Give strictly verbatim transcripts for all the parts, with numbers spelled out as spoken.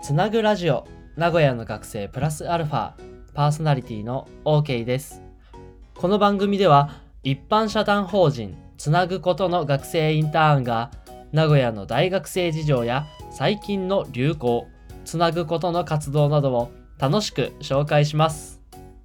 つなぐラジオ名古屋の学生プラスアルファパーソナリティの OK です。この番組では一般社団法人つなぐことの学生インターンが名古屋の大学生事情や最近の流行、つなぐことの活動などを楽しく紹介します。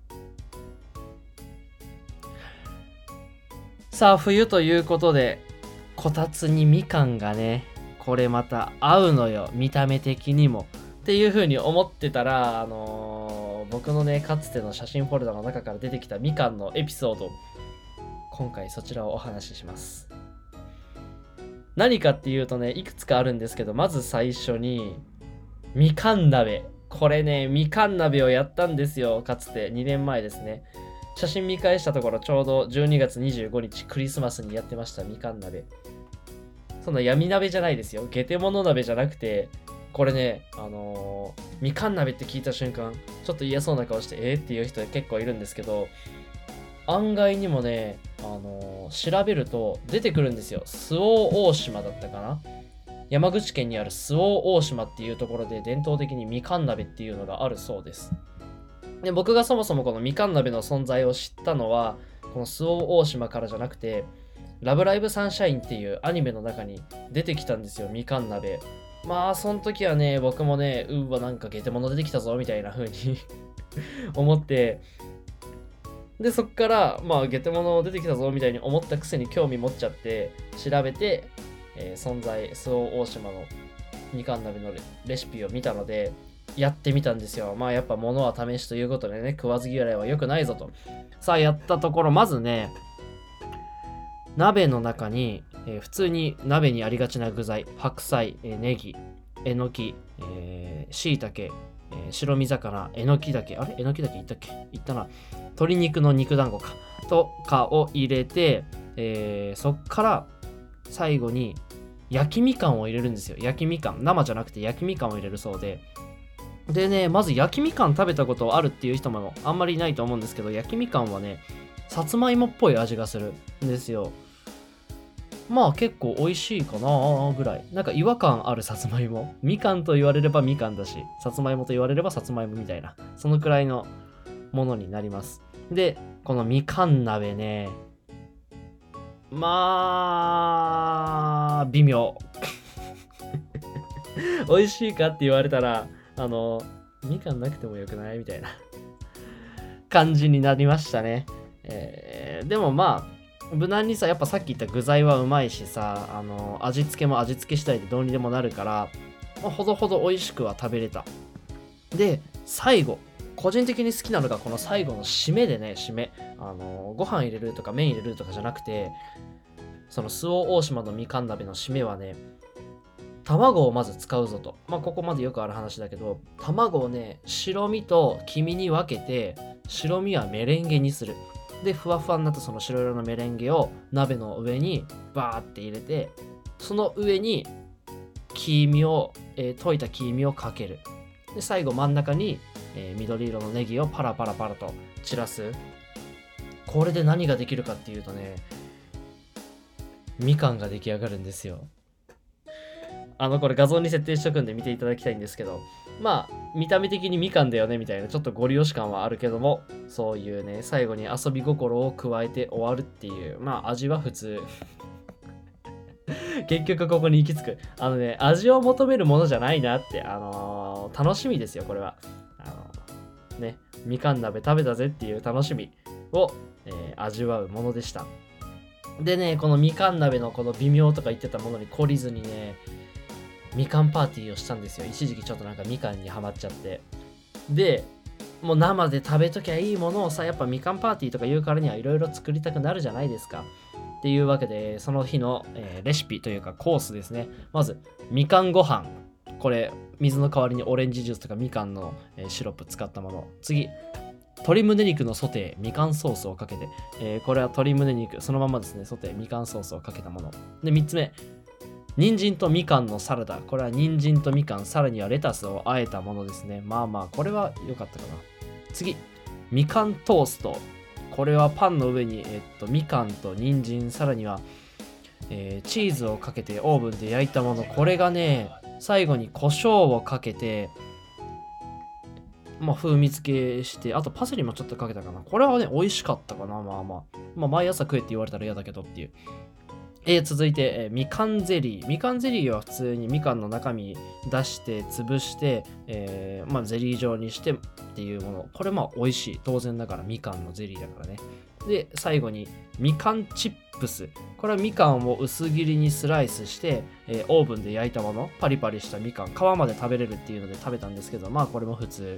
さあ冬ということでこたつにみかんがね、これまた合うのよ、見た目的にもっていう風に思ってたら、あのー、僕のねかつての写真フォルダの中から出てきたみかんのエピソード、今回そちらをお話しします。何かっていうとね、いくつかあるんですけど、まず最初にみかん鍋、これねみかん鍋をやったんですよ。かつてにねんまえですね。写真見返したところちょうどじゅうにがつにじゅうごにちクリスマスにやってましたみかん鍋。そんな闇鍋じゃないですよ、ゲテモノ鍋じゃなくて、これねあのー、みかん鍋って聞いた瞬間ちょっと嫌そうな顔してえー、っていう人結構いるんですけど、案外にもね、あのー、調べると出てくるんですよ。周防大島だったかな、山口県にある周防大島っていうところで伝統的にみかん鍋っていうのがあるそうです。で、僕がそもそもこのみかん鍋の存在を知ったのはこの周防大島からじゃなくて、ラブライブサンシャインっていうアニメの中に出てきたんですよ、みかん鍋。まあその時はね、僕もね、うわなんかゲテモノ出てきたぞみたいな風に思って、でそっからまあゲテモノ出てきたぞみたいに思ったくせに興味持っちゃって調べて、えー、存在周防大島のみかん鍋の レ, レシピを見たのでやってみたんですよ。まあやっぱ物は試しということでね、食わず嫌いは良くないぞと。さあやったところ、まずね、鍋の中に、えー、普通に鍋にありがちな具材、白菜、えー、ネギ、えのき、えー、椎茸、えー、白身魚、えのきだけ、あれえのきだけ言ったっけ言ったな。鶏肉の肉団子かとかを入れて、えー、そっから最後に焼きみかんを入れるんですよ。焼きみかん、生じゃなくて焼きみかんを入れるそうで、でね、まず焼きみかん食べたことあるっていう人もあんまりいないと思うんですけど、焼きみかんはねさつまいもっぽい味がするんですよ。まあ結構美味しいかなぐらい。なんか違和感あるさつまいも。みかんと言われればみかんだし、さつまいもと言われればさつまいもみたいな、そのくらいのものになります。で、このみかん鍋ね、まあ微妙。美味しいかって言われたら、あのみかんなくてもよくないみたいな感じになりましたね。えー、でもまあ無難にさ、やっぱさっき言った具材はうまいしさ、あの味付けも味付け次第でどうにでもなるから、まあ、ほどほど美味しくは食べれた。で最後、個人的に好きなのがこの最後の締めでね、締め、あのご飯入れるとか麺入れるとかじゃなくて、その周防大島のみかん鍋の締めはね、卵をまず使うぞと。まあここまでよくある話だけど、卵をね白身と黄身に分けて、白身はメレンゲにする。でふわふわになったその白色のメレンゲを鍋の上にバーって入れて、その上に黄身を、えー、溶いた黄身をかける。で最後真ん中に、えー、緑色のネギをパラパラパラと散らす。これで何ができるかっていうとね、みかんが出来上がるんですよ。あのこれ画像に設定しとくんで見ていただきたいんですけど、まあ見た目的にみかんだよねみたいなちょっとゴリ押し感はあるけども、そういうね最後に遊び心を加えて終わるっていう、まあ味は普通。結局ここに行き着く。あのね、味を求めるものじゃないなって、あのー、楽しみですよこれは。あのー、ねみかん鍋食べたぜっていう楽しみを、えー、味わうものでした。でね、このみかん鍋のこの微妙とか言ってたものに懲りずにね、みかんパーティーをしたんですよ。一時期ちょっとなんかみかんにハマっちゃって。でもう生で食べときゃいいものをさ、やっぱみかんパーティーとか言うからにはいろいろ作りたくなるじゃないですか。っていうわけで、その日の、えー、レシピというかコースですね。まずみかんご飯、これ水の代わりにオレンジジュースとかみかんの、えー、シロップ使ったもの。次、鶏胸肉のソテー、みかんソースをかけて、えー、これは鶏胸肉そのままですね、ソテーみかんソースをかけたもので、みっつめ、人参とみかんのサラダ。これは人参とみかん、さらにはレタスを和えたものですね。まあまあこれは良かったかな。次、みかんトースト。これはパンの上に、えっと、みかんと人参、さらには、えー、チーズをかけてオーブンで焼いたもの。これがね、最後に胡椒をかけて、 まあ風味付けして、あとパセリもちょっとかけたかな。これはね、美味しかったかな。まあまあ。まあ毎朝食えって言われたら嫌だけどっていう。えー、続いて、えー、みかんゼリー。みかんゼリーは普通にみかんの中身出して潰して、えー、まあゼリー状にしてっていうもの。これまあ美味しい。当然だからみかんのゼリーだからね。で、最後にみかんチップス。これはみかんを薄切りにスライスして、えー、オーブンで焼いたもの。パリパリしたみかん。皮まで食べれるっていうので食べたんですけど、まあこれも普通。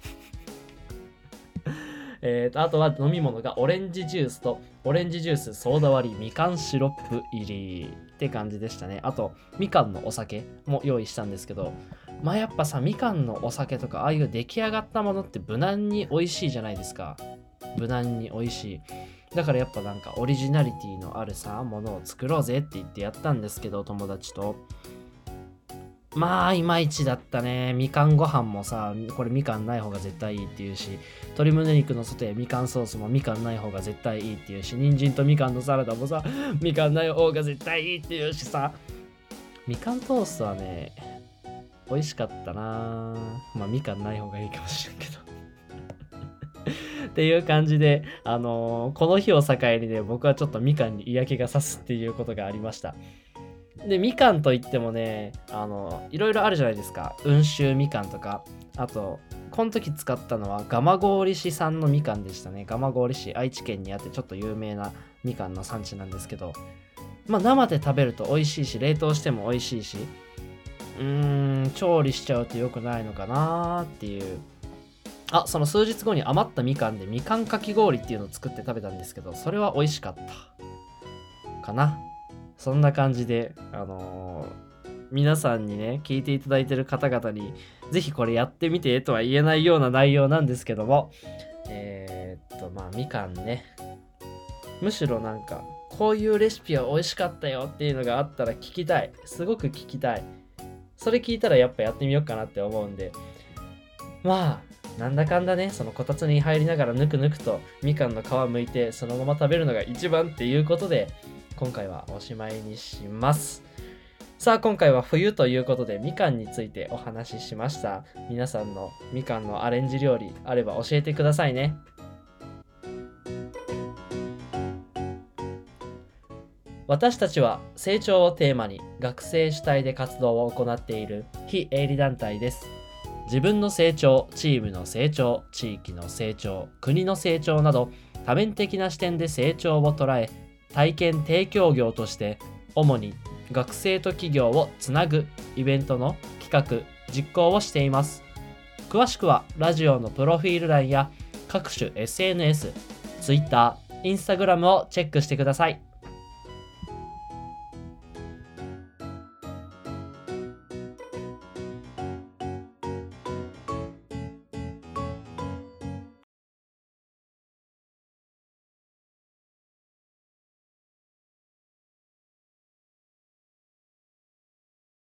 えーと、あとは飲み物がオレンジジュースとオレンジジュースソーダ割りみかんシロップ入りって感じでしたね。あとみかんのお酒も用意したんですけど、まあやっぱさ、みかんのお酒とかああいう出来上がったものって無難に美味しいじゃないですか。無難に美味しい。だからやっぱなんかオリジナリティのあるさ、ものを作ろうぜって言ってやったんですけど、友達と。まあいまいちだったね。みかんご飯もさ、これみかんない方が絶対いいっていうし、鶏胸肉のソテーみかんソースもみかんない方が絶対いいっていうし、人参とみかんのサラダもさ、みかんない方が絶対いいっていうしさ、みかんトーストはね、美味しかったな。まあみかんない方がいいかもしれんけどっていう感じで、あのーこの日を境にね、僕はちょっとみかんに嫌気がさすっていうことがありました。で、みかんといってもね、あの、いろいろあるじゃないですか。温州みかんとか。あと、この時使ったのは蒲郡市産のみかんでしたね。蒲郡市、愛知県にあってちょっと有名なみかんの産地なんですけど、まあ生で食べると美味しいし、冷凍しても美味しいし、うーん、調理しちゃうと良くないのかなーっていう。あ、その数日後に余ったみかんでみかんかき氷っていうのを作って食べたんですけど、それは美味しかったかな。そんな感じで、あのー皆さんにね、聞いていただいてる方々に、ぜひこれやってみてとは言えないような内容なんですけども、えーっと、まあ、みかんね。むしろなんか、こういうレシピは美味しかったよっていうのがあったら聞きたい。すごく聞きたい。それ聞いたらやっぱやってみようかなって思うんで、まあ、なんだかんだね、そのこたつに入りながらぬくぬくとみかんの皮剥いてそのまま食べるのが一番っていうことで、今回はおしまいにします。さあ、今回は冬ということでみかんについてお話ししました。皆さんのみかんのアレンジ料理あれば教えてくださいね。私たちは成長をテーマに学生主体で活動を行っている非営利団体です。自分の成長、チームの成長、地域の成長、国の成長など多面的な視点で成長を捉え、体験提供業として主に学生と企業をつなぐイベントの企画・実行をしています。詳しくはラジオのプロフィール欄や各種 エスエヌエス、Twitter、Instagram をチェックしてください。